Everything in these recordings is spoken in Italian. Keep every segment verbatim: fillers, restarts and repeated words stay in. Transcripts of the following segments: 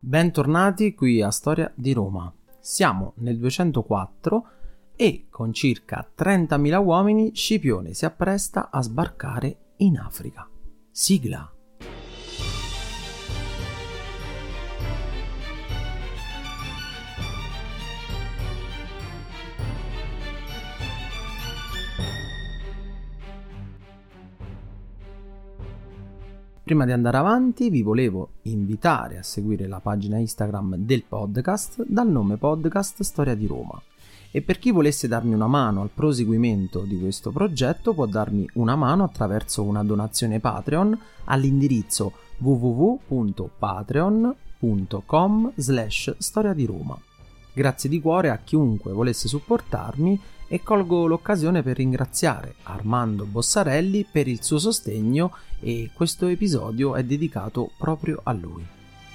Bentornati qui a Storia di Roma. Siamo nel duecentoquattro e con circa trentamila uomini Scipione si appresta a sbarcare in Africa. Sigla. Prima di andare avanti vi volevo invitare a seguire la pagina Instagram del podcast dal nome Podcast Storia di Roma, e per chi volesse darmi una mano al proseguimento di questo progetto può darmi una mano attraverso una donazione Patreon all'indirizzo w w w punto patreon punto com slash storia di Roma. Grazie di cuore a chiunque volesse supportarmi e colgo l'occasione per ringraziare Armando Bossarelli per il suo sostegno, e questo episodio è dedicato proprio a lui.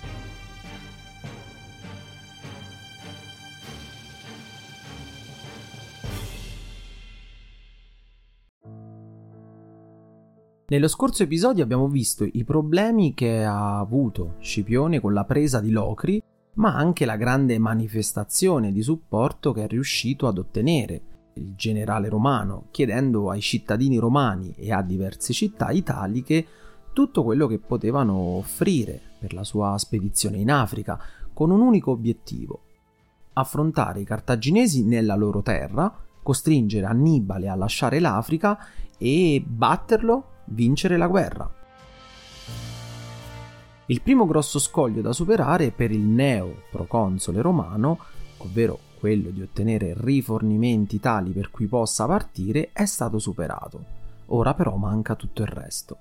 Nello scorso episodio abbiamo visto i problemi che ha avuto Scipione con la presa di Locri, ma anche la grande manifestazione di supporto che è riuscito ad ottenere il generale romano, chiedendo ai cittadini romani e a diverse città italiche tutto quello che potevano offrire per la sua spedizione in Africa, con un unico obiettivo: affrontare i cartaginesi nella loro terra, costringere Annibale a lasciare l'Africa e batterlo, vincere la guerra. Il primo grosso scoglio da superare per il neo proconsole romano, ovvero quello di ottenere rifornimenti tali per cui possa partire, è stato superato. Ora però manca tutto il resto.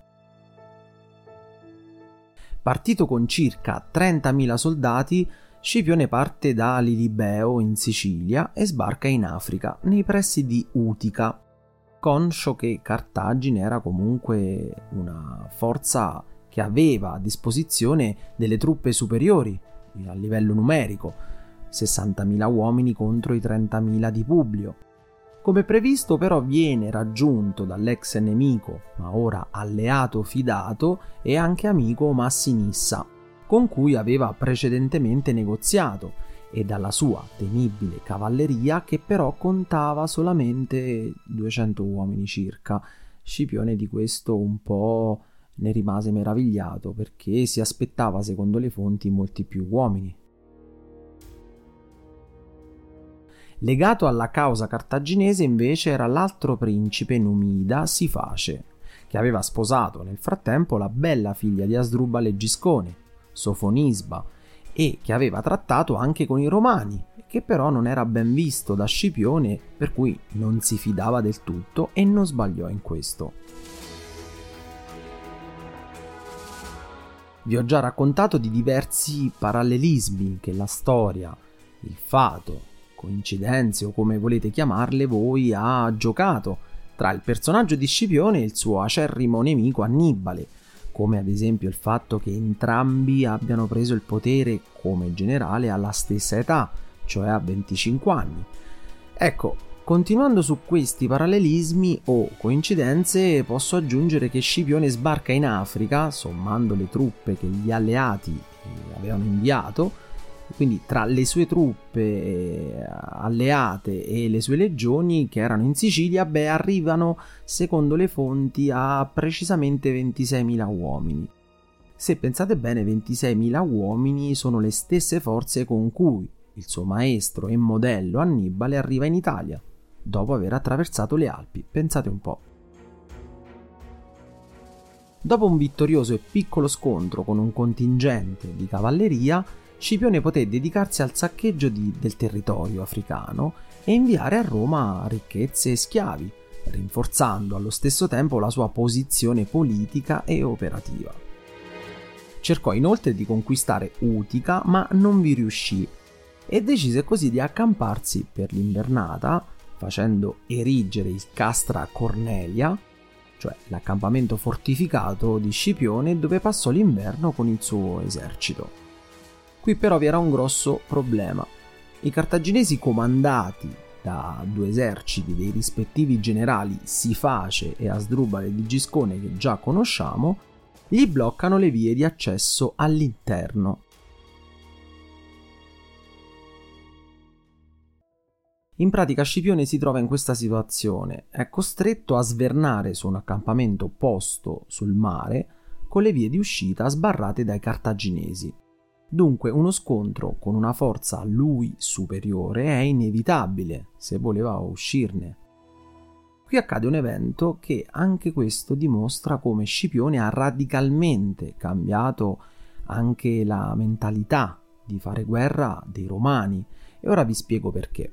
Partito con circa trentamila soldati, Scipione parte da Lilibeo in Sicilia e sbarca in Africa, nei pressi di Utica, conscio che Cartagine era comunque una forza che aveva a disposizione delle truppe superiori a livello numerico, sessantamila uomini contro i trentamila di Publio. Come previsto però viene raggiunto dall'ex nemico, ma ora alleato fidato e anche amico, Massinissa, con cui aveva precedentemente negoziato, e dalla sua temibile cavalleria che però contava solamente duecento uomini circa. Scipione di questo un po' ne rimase meravigliato, perché si aspettava, secondo le fonti, molti più uomini. Legato alla causa cartaginese invece era l'altro principe numida, Siface, che aveva sposato nel frattempo la bella figlia di Asdrubale Giscone, Sofonisba, e che aveva trattato anche con i romani, che però non era ben visto da Scipione, per cui non si fidava del tutto e non sbagliò in questo. Vi ho già raccontato di diversi parallelismi che la storia, il fato, coincidenze o come volete chiamarle voi, ha giocato tra il personaggio di Scipione e il suo acerrimo nemico Annibale, come ad esempio il fatto che entrambi abbiano preso il potere come generale alla stessa età, cioè a venticinque anni. Ecco, continuando su questi parallelismi o coincidenze, posso aggiungere che Scipione sbarca in Africa, sommando le truppe che gli alleati avevano inviato. Quindi tra le sue truppe alleate e le sue legioni che erano in Sicilia, beh, arrivano, secondo le fonti, a precisamente ventiseimila uomini. Se pensate bene, ventiseimila uomini sono le stesse forze con cui il suo maestro e modello Annibale arriva in Italia, dopo aver attraversato le Alpi. Pensate un po'. Dopo un vittorioso e piccolo scontro con un contingente di cavalleria, Scipione poté dedicarsi al saccheggio di, del territorio africano e inviare a Roma ricchezze e schiavi, rinforzando allo stesso tempo la sua posizione politica e operativa. Cercò inoltre di conquistare Utica, ma non vi riuscì, e decise così di accamparsi per l'invernata, facendo erigere il Castra Cornelia, cioè l'accampamento fortificato di Scipione, dove passò l'inverno con il suo esercito. Qui però vi era un grosso problema. I cartaginesi, comandati da due eserciti dei rispettivi generali Siface e Asdrubale di Giscone, che già conosciamo, gli bloccano le vie di accesso all'interno. In pratica Scipione si trova in questa situazione, è costretto a svernare su un accampamento posto sul mare con le vie di uscita sbarrate dai cartaginesi. Dunque uno scontro con una forza a lui superiore è inevitabile se voleva uscirne. Qui accade un evento che anche questo dimostra come Scipione ha radicalmente cambiato anche la mentalità di fare guerra dei Romani, e ora vi spiego perché.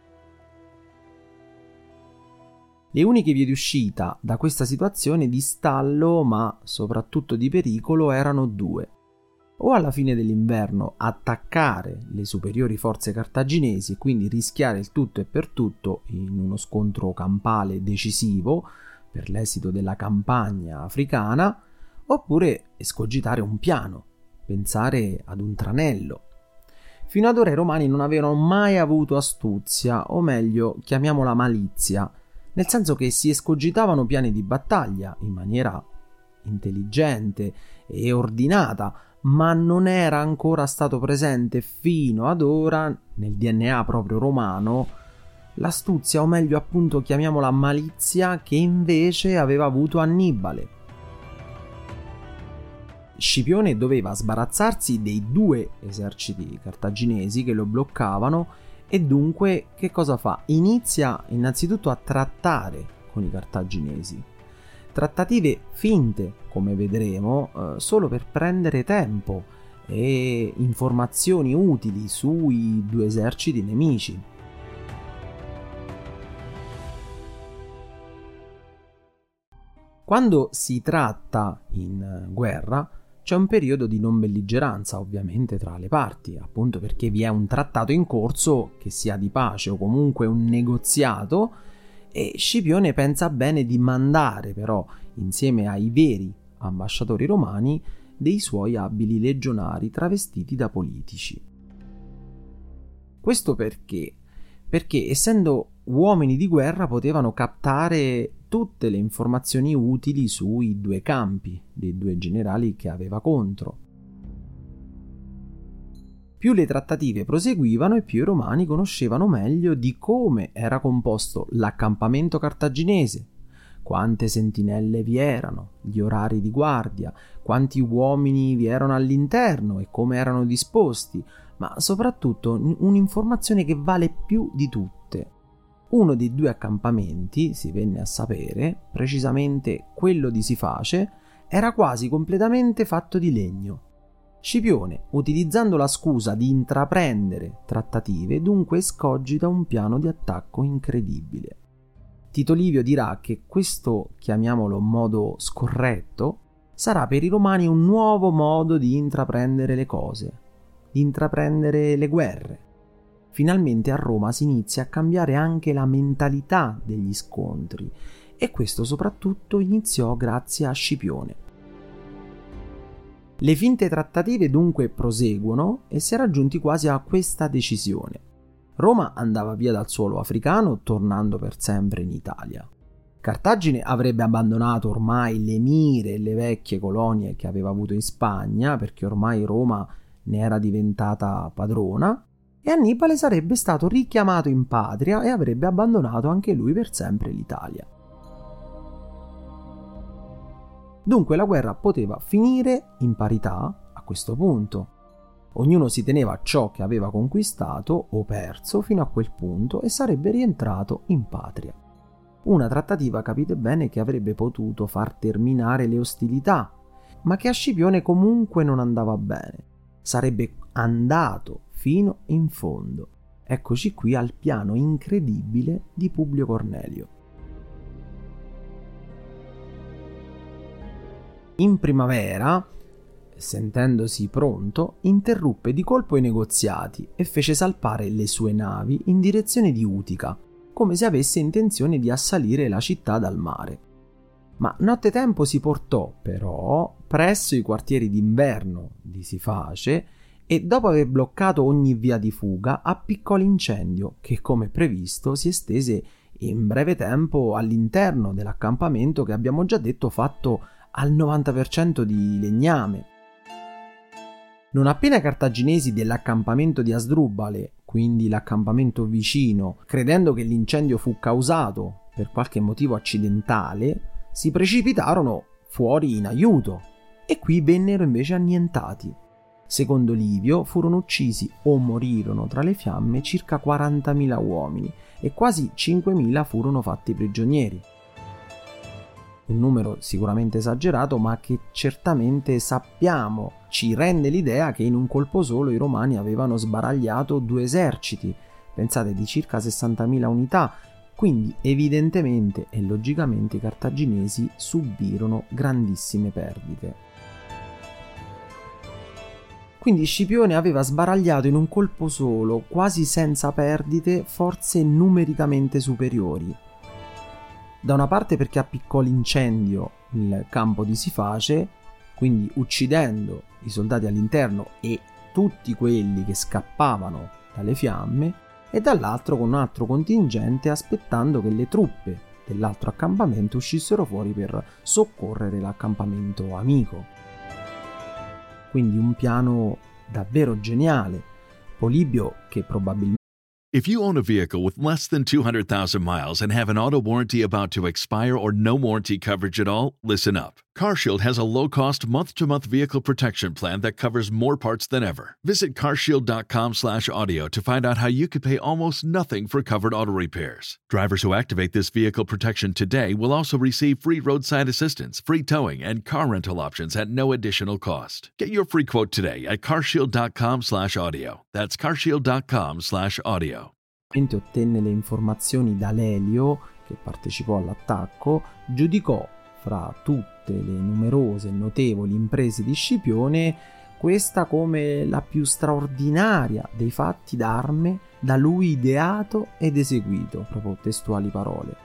Le uniche vie di uscita da questa situazione di stallo, ma soprattutto di pericolo, erano due. O alla fine dell'inverno attaccare le superiori forze cartaginesi e quindi rischiare il tutto e per tutto in uno scontro campale decisivo per l'esito della campagna africana, oppure escogitare un piano, pensare ad un tranello. Fino ad ora i Romani non avevano mai avuto astuzia, o meglio, chiamiamola malizia, nel senso che si escogitavano piani di battaglia in maniera intelligente e ordinata, ma non era ancora stato presente fino ad ora nel D N A proprio romano l'astuzia, o meglio appunto chiamiamola malizia, che invece aveva avuto Annibale. Scipione doveva sbarazzarsi dei due eserciti cartaginesi che lo bloccavano e dunque che cosa fa? Inizia innanzitutto a trattare con i cartaginesi. Trattative finte, come vedremo, eh, solo per prendere tempo e informazioni utili sui due eserciti nemici. Quando si tratta in guerra c'è un periodo di non belligeranza ovviamente tra le parti, appunto perché vi è un trattato in corso, che sia di pace o comunque un negoziato, e Scipione pensa bene di mandare però, insieme ai veri ambasciatori romani, dei suoi abili legionari travestiti da politici. Questo perché? Perché essendo uomini di guerra potevano captare tutte le informazioni utili sui due campi dei due generali che aveva contro. Più le trattative proseguivano e più i romani conoscevano meglio di come era composto l'accampamento cartaginese, quante sentinelle vi erano, gli orari di guardia, quanti uomini vi erano all'interno e come erano disposti, ma soprattutto un'informazione che vale più di tutte. Uno dei due accampamenti, si venne a sapere, precisamente quello di Siface, era quasi completamente fatto di legno. Scipione, utilizzando la scusa di intraprendere trattative, dunque escogita un piano di attacco incredibile. Tito Livio dirà che questo, chiamiamolo modo scorretto, sarà per i romani un nuovo modo di intraprendere le cose, di intraprendere le guerre. Finalmente a Roma si inizia a cambiare anche la mentalità degli scontri, e questo soprattutto iniziò grazie a Scipione. Le finte trattative dunque proseguono e si era giunti quasi a questa decisione. Roma andava via dal suolo africano, tornando per sempre in Italia. Cartagine avrebbe abbandonato ormai le mire e le vecchie colonie che aveva avuto in Spagna, perché ormai Roma ne era diventata padrona, e Annibale sarebbe stato richiamato in patria e avrebbe abbandonato anche lui per sempre l'Italia. Dunque la guerra poteva finire in parità a questo punto. Ognuno si teneva ciò che aveva conquistato o perso fino a quel punto e sarebbe rientrato in patria. Una trattativa, capite bene, che avrebbe potuto far terminare le ostilità, ma che a Scipione comunque non andava bene. Sarebbe andato fino in fondo. Eccoci qui al piano incredibile di Publio Cornelio. In primavera, sentendosi pronto, interruppe di colpo i negoziati e fece salpare le sue navi in direzione di Utica, come se avesse intenzione di assalire la città dal mare. Ma nottetempo si portò, però, presso i quartieri d'inverno di Siface e, dopo aver bloccato ogni via di fuga, appiccò l'incendio che, come previsto, si estese in breve tempo all'interno dell'accampamento che abbiamo già detto fatto al novanta per cento di legname. Non appena i cartaginesi dell'accampamento di Asdrubale, quindi l'accampamento vicino, credendo che l'incendio fu causato per qualche motivo accidentale, si precipitarono fuori in aiuto e qui vennero invece annientati. Secondo Livio furono uccisi o morirono tra le fiamme circa quarantamila uomini e quasi cinquemila furono fatti prigionieri. Un numero sicuramente esagerato, ma che certamente sappiamo ci rende l'idea che in un colpo solo i romani avevano sbaragliato due eserciti, pensate di circa sessantamila unità, quindi evidentemente e logicamente i cartaginesi subirono grandissime perdite. Quindi Scipione aveva sbaragliato in un colpo solo, quasi senza perdite, forze numericamente superiori. Da una parte perché appiccò l'incendio nel campo di Siface, quindi uccidendo i soldati all'interno e tutti quelli che scappavano dalle fiamme, e dall'altro con un altro contingente aspettando che le truppe dell'altro accampamento uscissero fuori per soccorrere l'accampamento amico. Quindi un piano davvero geniale. Polibio, che probabilmente If you own a vehicle with less than two hundred thousand miles and have an auto warranty about to expire or no warranty coverage at all, listen up. CarShield has a low-cost month-to-month vehicle protection plan that covers more parts than ever. Visit carshield.com slash audio to find out how you could pay almost nothing for covered auto repairs. Drivers who activate this vehicle protection today will also receive free roadside assistance, free towing, and car rental options at no additional cost. Get your free quote today at carshield.com slash audio. That's carshield.com slash audio. Ottenne le informazioni da Lelio, che partecipò all'attacco, giudicò fra tutte le numerose e notevoli imprese di Scipione questa come la più straordinaria dei fatti d'arme da lui ideato ed eseguito, proprio testuali parole.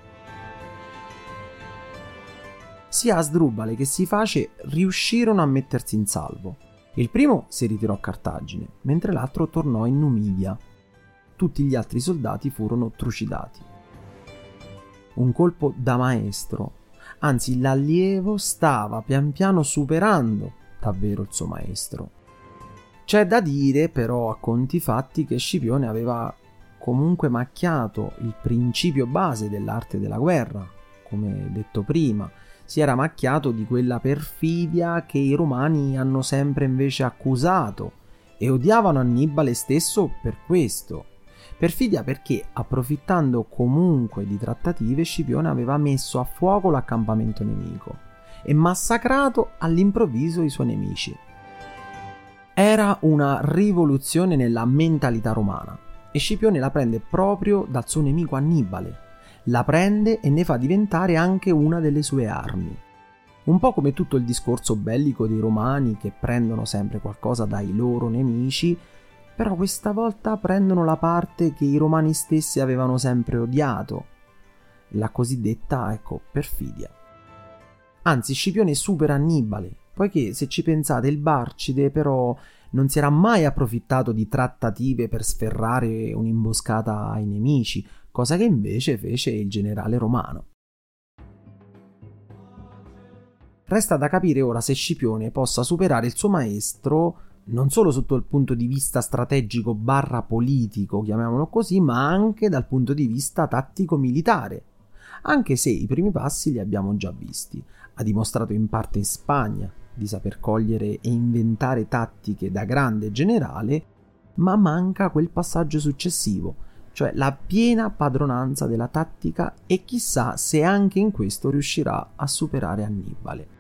Sia Asdrubale che Siface riuscirono a mettersi in salvo. Il primo si ritirò a Cartagine, mentre l'altro tornò in Numidia. Tutti gli altri soldati furono trucidati. Un colpo da maestro, anzi l'allievo stava pian piano superando davvero il suo maestro. C'è da dire però a conti fatti che Scipione aveva comunque macchiato il principio base dell'arte della guerra, come detto prima, si era macchiato di quella perfidia che i romani hanno sempre invece accusato e odiavano Annibale stesso per questo. Perfidia perché, approfittando comunque di trattative, Scipione aveva messo a fuoco l'accampamento nemico e massacrato all'improvviso i suoi nemici. Era una rivoluzione nella mentalità romana e Scipione la prende proprio dal suo nemico Annibale, la prende e ne fa diventare anche una delle sue armi. Un po' come tutto il discorso bellico dei romani che prendono sempre qualcosa dai loro nemici, però questa volta prendono la parte che i romani stessi avevano sempre odiato, la cosiddetta, ecco, perfidia. Anzi, Scipione supera Annibale, poiché se ci pensate il Barcide però non si era mai approfittato di trattative per sferrare un'imboscata ai nemici, cosa che invece fece il generale romano. Resta da capire ora se Scipione possa superare il suo maestro non solo sotto il punto di vista strategico barra politico, chiamiamolo così, ma anche dal punto di vista tattico-militare, anche se i primi passi li abbiamo già visti. Ha dimostrato in parte in Spagna di saper cogliere e inventare tattiche da grande generale, ma manca quel passaggio successivo, cioè la piena padronanza della tattica, e chissà se anche in questo riuscirà a superare Annibale.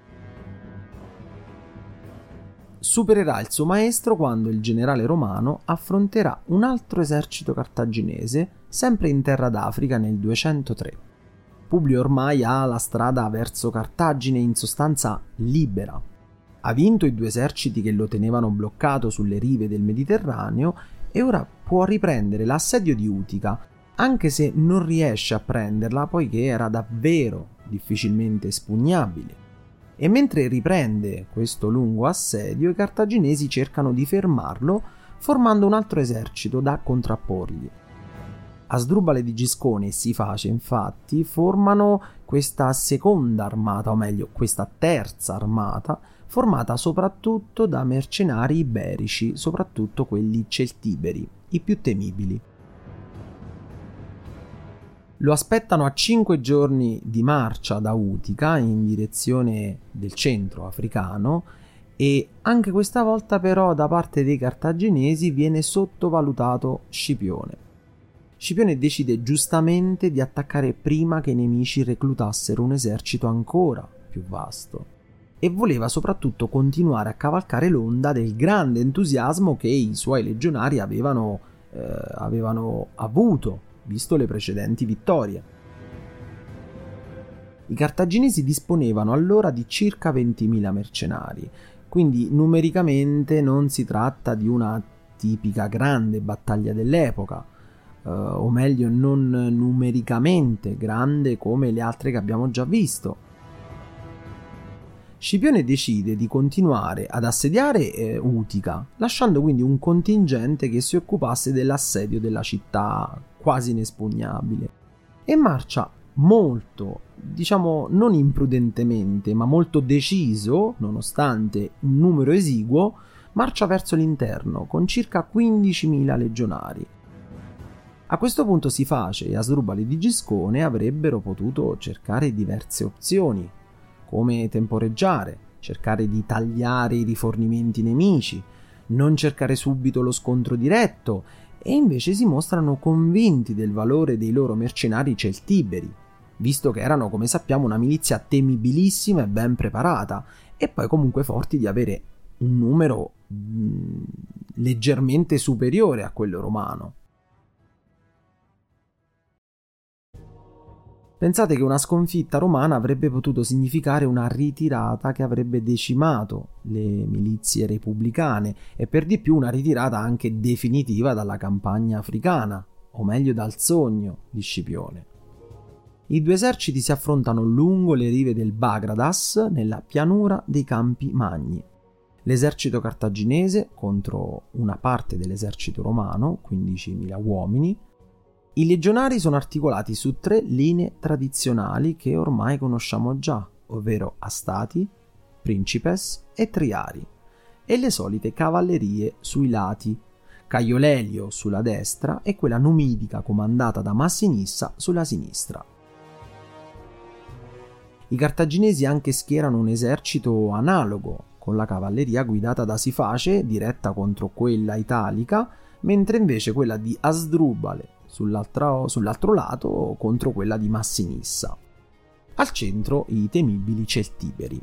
Supererà il suo maestro quando il generale romano affronterà un altro esercito cartaginese, sempre in terra d'Africa nel duecentotre. Publio ormai ha la strada verso Cartagine in sostanza libera. Ha vinto i due eserciti che lo tenevano bloccato sulle rive del Mediterraneo e ora può riprendere l'assedio di Utica, anche se non riesce a prenderla poiché era davvero difficilmente espugnabile. E mentre riprende questo lungo assedio, i cartaginesi cercano di fermarlo formando un altro esercito da contrapporgli. Asdrubale di Giscone e Siface, infatti, formano questa seconda armata, o meglio, questa terza armata, formata soprattutto da mercenari iberici, soprattutto quelli celtiberi, i più temibili. Lo aspettano a cinque giorni di marcia da Utica in direzione del centro africano e anche questa volta però da parte dei cartaginesi viene sottovalutato Scipione. Scipione decide giustamente di attaccare prima che i nemici reclutassero un esercito ancora più vasto e voleva soprattutto continuare a cavalcare l'onda del grande entusiasmo che i suoi legionari avevano, eh, avevano avuto visto le precedenti vittorie. I cartaginesi disponevano allora di circa ventimila mercenari, quindi numericamente non si tratta di una tipica grande battaglia dell'epoca, eh, o meglio non numericamente grande come le altre che abbiamo già visto. Scipione decide di continuare ad assediare eh, Utica, lasciando quindi un contingente che si occupasse dell'assedio della città quasi inespugnabile, e marcia molto, diciamo non imprudentemente, ma molto deciso, nonostante un numero esiguo, marcia verso l'interno con circa quindicimila legionari. A questo punto Siface e Asdrubale di Giscone avrebbero potuto cercare diverse opzioni, come temporeggiare, cercare di tagliare i rifornimenti nemici, non cercare subito lo scontro diretto, e invece si mostrano convinti del valore dei loro mercenari celtiberi, visto che erano, come sappiamo, una milizia temibilissima e ben preparata, e poi comunque forti di avere un numero mh, leggermente superiore a quello romano. Pensate che una sconfitta romana avrebbe potuto significare una ritirata che avrebbe decimato le milizie repubblicane e per di più una ritirata anche definitiva dalla campagna africana, o meglio dal sogno di Scipione. I due eserciti si affrontano lungo le rive del Bagradas nella pianura dei Campi Magni. L'esercito cartaginese contro una parte dell'esercito romano, quindicimila uomini. I legionari sono articolati su tre linee tradizionali che ormai conosciamo già, ovvero Astati, Principes e Triari, e le solite cavallerie sui lati, Caio Lelio sulla destra e quella numidica comandata da Massinissa sulla sinistra. I cartaginesi anche schierano un esercito analogo, con la cavalleria guidata da Siface diretta contro quella italica, mentre invece quella di Asdrubale Sull'altro, sull'altro lato contro quella di Massinissa. Al centro i temibili celtiberi.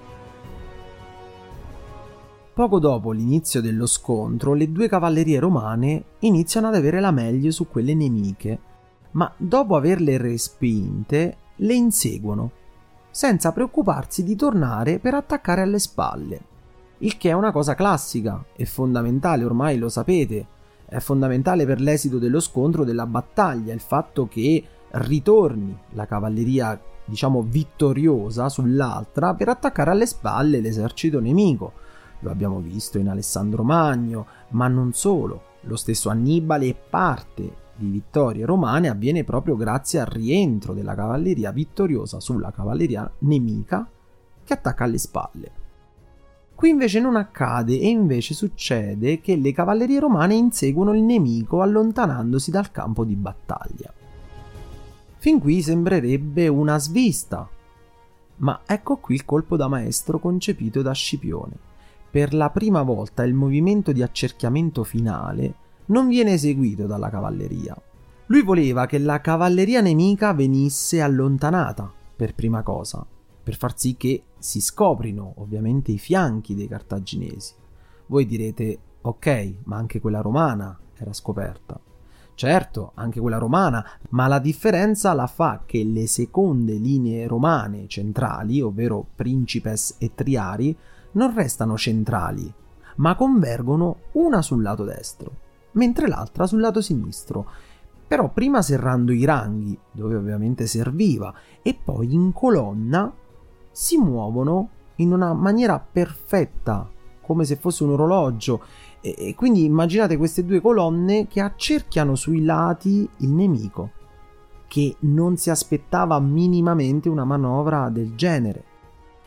Poco dopo l'inizio dello scontro, le due cavallerie romane iniziano ad avere la meglio su quelle nemiche, ma dopo averle respinte, le inseguono, senza preoccuparsi di tornare per attaccare alle spalle, il che è una cosa classica e fondamentale, ormai lo sapete. È fondamentale per l'esito dello scontro, della battaglia, il fatto che ritorni la cavalleria, diciamo, vittoriosa sull'altra per attaccare alle spalle l'esercito nemico. Lo abbiamo visto in Alessandro Magno, ma non solo. Lo stesso Annibale e parte di vittorie romane avviene proprio grazie al rientro della cavalleria vittoriosa sulla cavalleria nemica che attacca alle spalle. Qui invece non accade e invece succede che le cavallerie romane inseguono il nemico allontanandosi dal campo di battaglia. Fin qui sembrerebbe una svista, ma ecco qui il colpo da maestro concepito da Scipione. Per la prima volta il movimento di accerchiamento finale non viene eseguito dalla cavalleria. Lui voleva che la cavalleria nemica venisse allontanata per prima cosa, per far sì che si scoprino ovviamente i fianchi dei cartaginesi. Voi direte, ok, ma anche quella romana era scoperta. Certo, anche quella romana, ma la differenza la fa che le seconde linee romane centrali, ovvero Principes e Triari, non restano centrali, ma convergono una sul lato destro, mentre l'altra sul lato sinistro, però prima serrando i ranghi, dove ovviamente serviva, e poi in colonna si muovono in una maniera perfetta, come se fosse un orologio, e, e quindi immaginate queste due colonne che accerchiano sui lati il nemico, che non si aspettava minimamente una manovra del genere.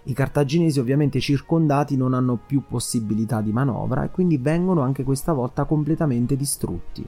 I cartaginesi, ovviamente circondati, non hanno più possibilità di manovra e quindi vengono anche questa volta completamente distrutti.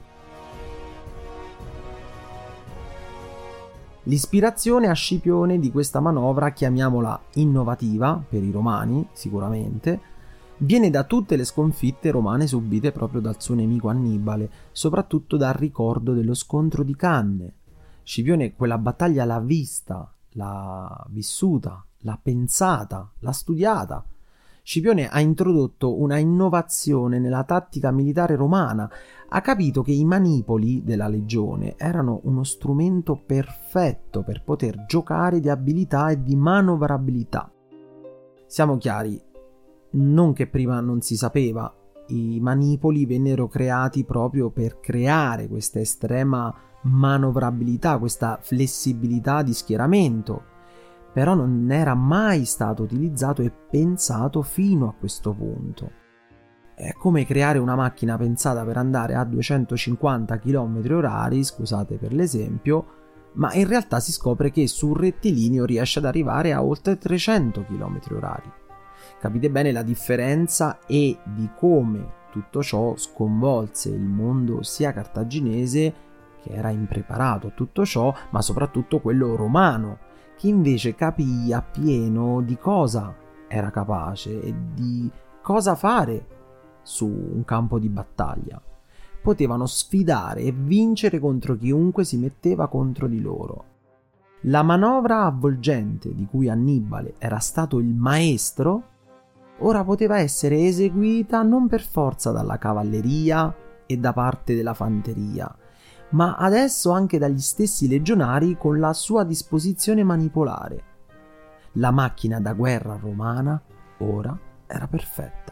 L'ispirazione a Scipione di questa manovra, chiamiamola innovativa per i romani sicuramente, viene da tutte le sconfitte romane subite proprio dal suo nemico Annibale, soprattutto dal ricordo dello scontro di Canne. Scipione quella battaglia l'ha vista, l'ha vissuta, l'ha pensata, l'ha studiata. Scipione ha introdotto una innovazione nella tattica militare romana, ha capito che i manipoli della legione erano uno strumento perfetto per poter giocare di abilità e di manovrabilità. Siamo chiari, non che prima non si sapeva, i manipoli vennero creati proprio per creare questa estrema manovrabilità, questa flessibilità di schieramento, però non era mai stato utilizzato e pensato fino a questo punto. È come creare una macchina pensata per andare a duecentocinquanta chilometri orari, scusate per l'esempio, ma in realtà si scopre che sul rettilineo riesce ad arrivare a oltre trecento chilometri orari. Capite bene la differenza e di come tutto ciò sconvolse il mondo sia cartaginese, che era impreparato a tutto ciò, ma soprattutto quello romano, che invece capì appieno di cosa era capace e di cosa fare su un campo di battaglia. Potevano sfidare e vincere contro chiunque si metteva contro di loro. La manovra avvolgente di cui Annibale era stato il maestro ora poteva essere eseguita non per forza dalla cavalleria e da parte della fanteria, ma adesso anche dagli stessi legionari con la sua disposizione manipolare. La macchina da guerra romana ora era perfetta.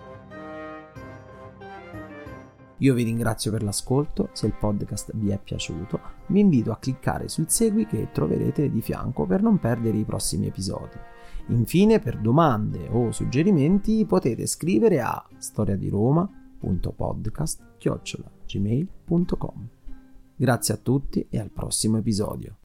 Io vi ringrazio per l'ascolto, se il podcast vi è piaciuto vi invito a cliccare sul segui che troverete di fianco per non perdere i prossimi episodi. Infine, per domande o suggerimenti potete scrivere a storiadiroma punto podcast chiocciola gmail punto com. Grazie a tutti e al prossimo episodio.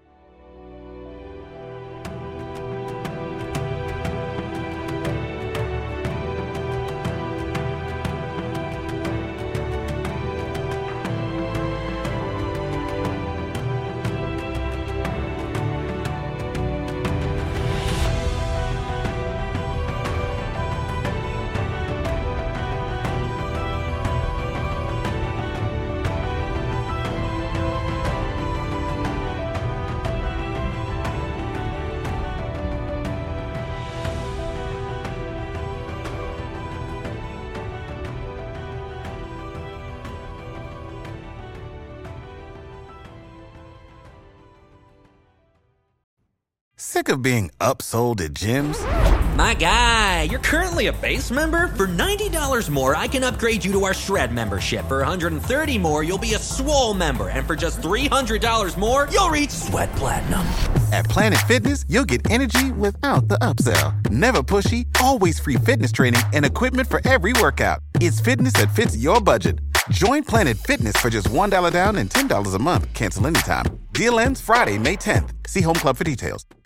Sick of being upsold at gyms? My guy, you're currently a base member? For ninety dollars more, I can upgrade you to our Shred membership. For one hundred thirty dollars more, you'll be a Swole member. And for just three hundred dollars more, you'll reach Sweat Platinum. At Planet Fitness, you'll get energy without the upsell. Never pushy, always free fitness training and equipment for every workout. It's fitness that fits your budget. Join Planet Fitness for just one dollar down and ten dollars a month. Cancel anytime. Deal ends Friday, May tenth. See Home Club for details.